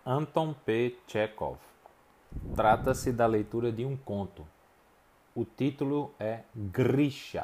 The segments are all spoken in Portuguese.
Anton P. Chekhov. Trata-se da leitura de um conto. O título é Grisha.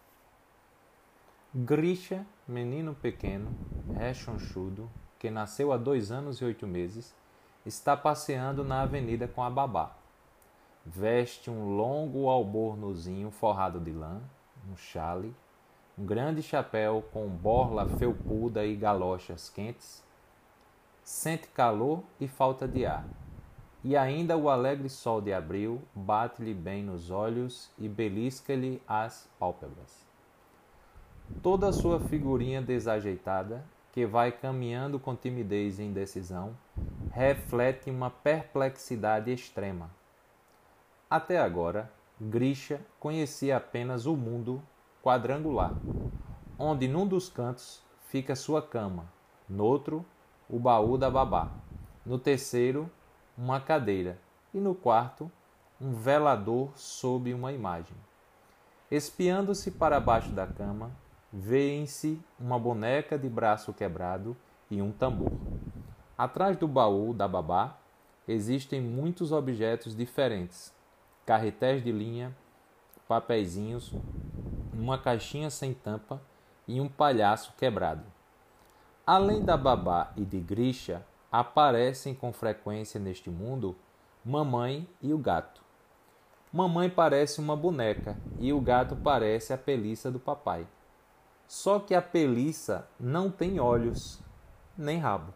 Grisha, menino pequeno, rechonchudo, que nasceu há 2 anos e 8 meses, está passeando na avenida com a babá. Veste um longo albornozinho forrado de lã, um chale, um grande chapéu com borla felpuda e galochas quentes. Sente calor e falta de ar. E ainda o alegre sol de abril bate-lhe bem nos olhos e belisca-lhe as pálpebras. Toda a sua figurinha desajeitada, que vai caminhando com timidez e indecisão, reflete uma perplexidade extrema. Até agora, Grisha conhecia apenas o mundo quadrangular, onde num dos cantos fica sua cama, noutro, o baú da babá, no terceiro, uma cadeira e no quarto, um velador sob uma imagem. Espiando-se para baixo da cama, vêem-se uma boneca de braço quebrado e um tambor. Atrás do baú da babá existem muitos objetos diferentes, carretéis de linha, papeizinhos, uma caixinha sem tampa e um palhaço quebrado. Além da babá e de Grisha, aparecem com frequência neste mundo mamãe e o gato. Mamãe parece uma boneca e o gato parece a peliça do papai. Só que a peliça não tem olhos, nem rabo.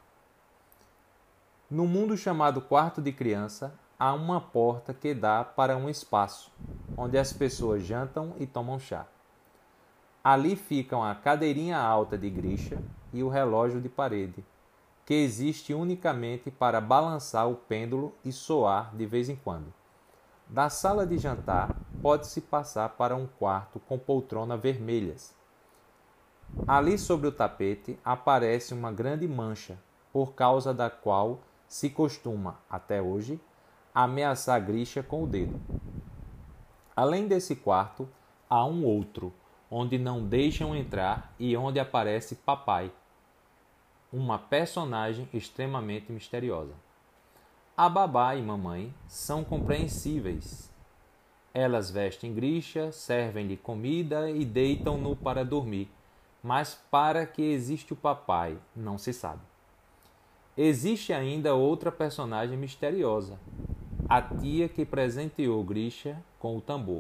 No mundo chamado quarto de criança, há uma porta que dá para um espaço, onde as pessoas jantam e tomam chá. Ali ficam a cadeirinha alta de Grisha e o relógio de parede, que existe unicamente para balançar o pêndulo e soar de vez em quando. Da sala de jantar, pode-se passar para um quarto com poltronas vermelhas. Ali sobre o tapete aparece uma grande mancha, por causa da qual se costuma, até hoje, ameaçar Grisha com o dedo. Além desse quarto, há um outro, onde não deixam entrar e onde aparece papai, uma personagem extremamente misteriosa. A babá e mamãe são compreensíveis. Elas vestem Grisha, servem-lhe comida e deitam-no para dormir, mas para que existe o papai, não se sabe. Existe ainda outra personagem misteriosa, a tia que presenteou Grisha com o tambor.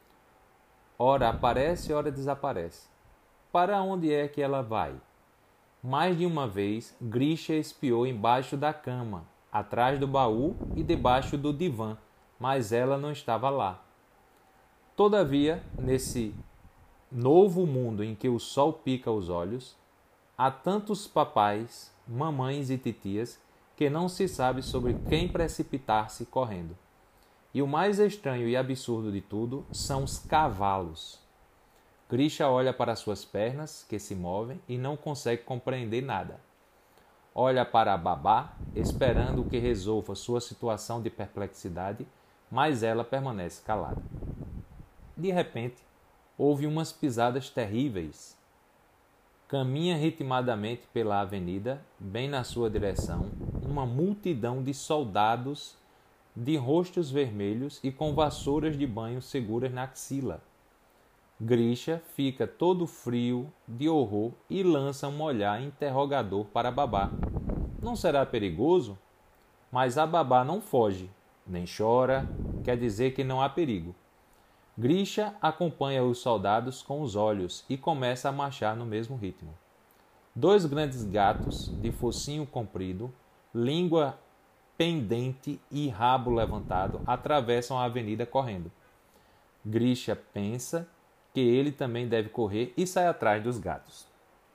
Ora aparece, ora desaparece. Para onde é que ela vai? Mais de uma vez, Grisha espiou embaixo da cama, atrás do baú e debaixo do divã, mas ela não estava lá. Todavia, nesse novo mundo em que o sol pica os olhos, há tantos papais, mamães e titias que não se sabe sobre quem precipitar-se correndo. E o mais estranho e absurdo de tudo são os cavalos. Grisha olha para suas pernas, que se movem, e não consegue compreender nada. Olha para a babá, esperando que resolva sua situação de perplexidade, mas ela permanece calada. De repente, ouve umas pisadas terríveis. Caminha ritmadamente pela avenida, bem na sua direção, uma multidão de soldados de rostos vermelhos e com vassouras de banho seguras na axila. Grisha fica todo frio de horror e lança um olhar interrogador para a babá. Não será perigoso? Mas a babá não foge, nem chora, quer dizer que não há perigo. Grisha acompanha os soldados com os olhos e começa a marchar no mesmo ritmo. 2 grandes gatos, de focinho comprido, língua pendente e rabo levantado, atravessam a avenida correndo. Grisha pensa que ele também deve correr e sai atrás dos gatos.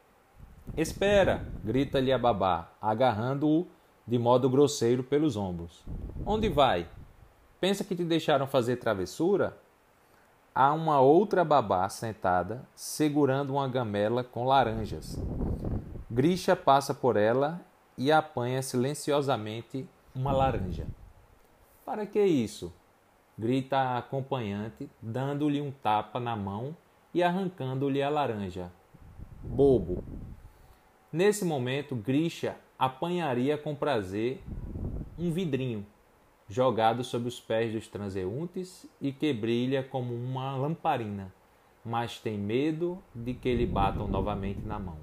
Espera! Grita-lhe a babá, agarrando-o de modo grosseiro pelos ombros. Onde vai? Pensa que te deixaram fazer travessura? Há uma outra babá sentada, segurando uma gamela com laranjas. Grisha passa por ela e apanha silenciosamente uma laranja. Para que isso? Grita a acompanhante, dando-lhe um tapa na mão e arrancando-lhe a laranja. Bobo! Nesse momento, Grisha apanharia com prazer um vidrinho jogado sob os pés dos transeuntes e que brilha como uma lamparina, mas tem medo de que lhe batam novamente na mão.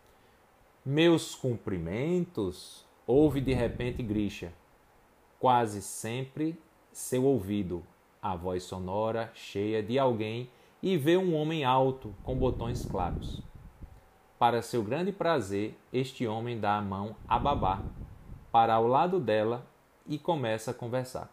Meus cumprimentos, ouve de repente Grisha, quase sempre seu ouvido, a voz sonora cheia de alguém, e vê um homem alto com botões claros. Para seu grande prazer, este homem dá a mão a Babá, para ao lado dela e começa a conversar.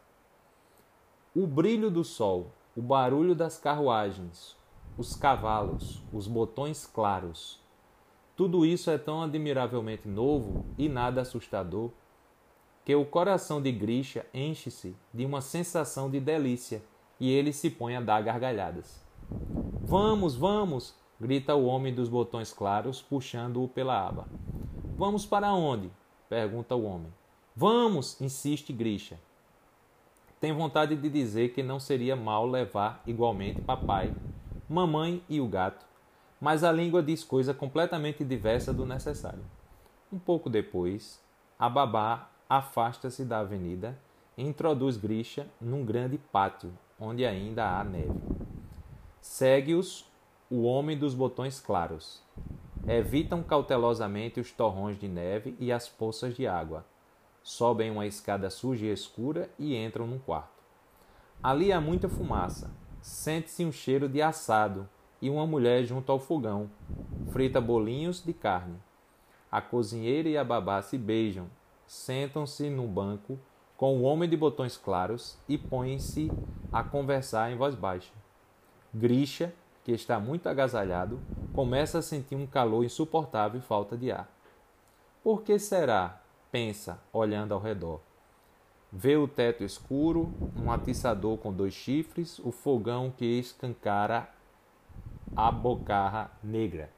O brilho do sol, o barulho das carruagens, os cavalos, os botões claros, tudo isso é tão admiravelmente novo e nada assustador que o coração de Grisha enche-se de uma sensação de delícia e ele se põe a dar gargalhadas. Vamos, vamos! Grita o homem dos botões claros, puxando-o pela aba. Vamos para onde? Pergunta o homem. Vamos! Insiste Grisha. Tem vontade de dizer que não seria mal levar igualmente papai, mamãe e o gato, mas a língua diz coisa completamente diversa do necessário. Um pouco depois, a Babá afasta-se da avenida e introduz Grisha num grande pátio, onde ainda há neve. Segue-os o homem dos botões claros. Evitam cautelosamente os torrões de neve e as poças de água. Sobem uma escada suja e escura e entram num quarto. Ali há muita fumaça. Sente-se um cheiro de assado e uma mulher junto ao fogão. Frita bolinhos de carne. A cozinheira e a Babá se beijam. Sentam-se no banco com o homem de botões claros e põem-se a conversar em voz baixa. Grisha, que está muito agasalhado, começa a sentir um calor insuportável e falta de ar. Por que será? Pensa, olhando ao redor. Vê o teto escuro, um atiçador com 2 chifres, o fogão que escancara a bocarra negra.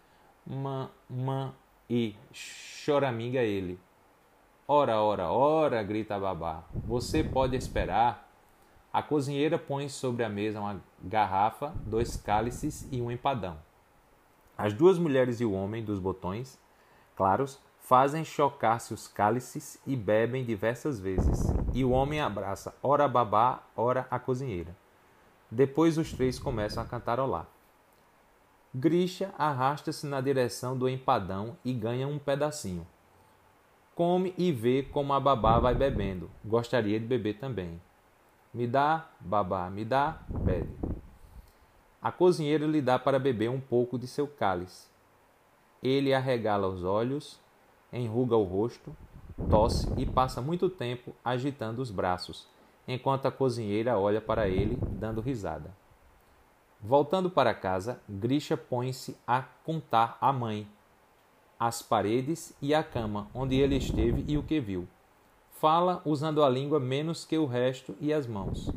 E choraminga ele. Ora, ora, ora, grita a Babá. Você pode esperar? A cozinheira põe sobre a mesa uma garrafa, 2 cálices e um empadão. As 2 mulheres e o homem dos botões claros fazem chocar-se os cálices e bebem diversas vezes. E o homem abraça ora a Babá, ora a cozinheira. Depois os 3 começam a cantarolar. Grisha arrasta-se na direção do empadão e ganha um pedacinho. Come e vê como a Babá vai bebendo. Gostaria de beber também. Me dá, Babá, me dá, pede. A cozinheira lhe dá para beber um pouco de seu cálice. Ele arregala os olhos, enruga o rosto, tosse e passa muito tempo agitando os braços, enquanto a cozinheira olha para ele, dando risada. Voltando para casa, Grisha põe-se a contar a mãe, as paredes e a cama onde ele esteve e o que viu. Fala usando a língua menos que o resto e as mãos.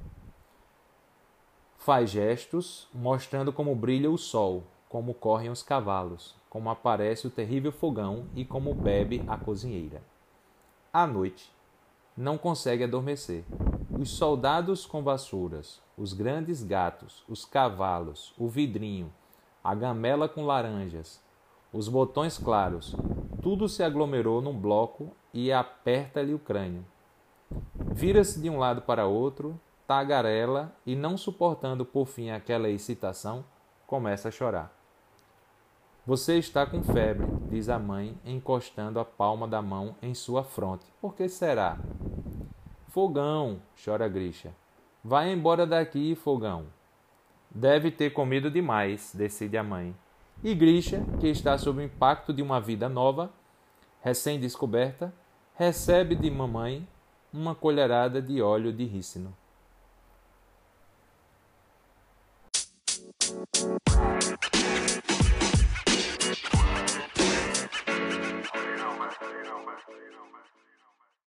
Faz gestos, mostrando como brilha o sol, como correm os cavalos, como aparece o terrível fogão e como bebe a cozinheira. À noite, não consegue adormecer. Os soldados com vassouras, os grandes gatos, os cavalos, o vidrinho, a gamela com laranjas, os botões claros, tudo se aglomerou num bloco e aperta-lhe o crânio. Vira-se de um lado para outro, tagarela e, não suportando por fim aquela excitação, começa a chorar. Você está com febre, diz a mãe, encostando a palma da mão em sua fronte. Por que será? Fogão, chora Grisha. Vai embora daqui, fogão. Deve ter comido demais, decide a mãe. E Grisha, que está sob o impacto de uma vida nova, recém-descoberta, recebe de mamãe uma colherada de óleo de rícino.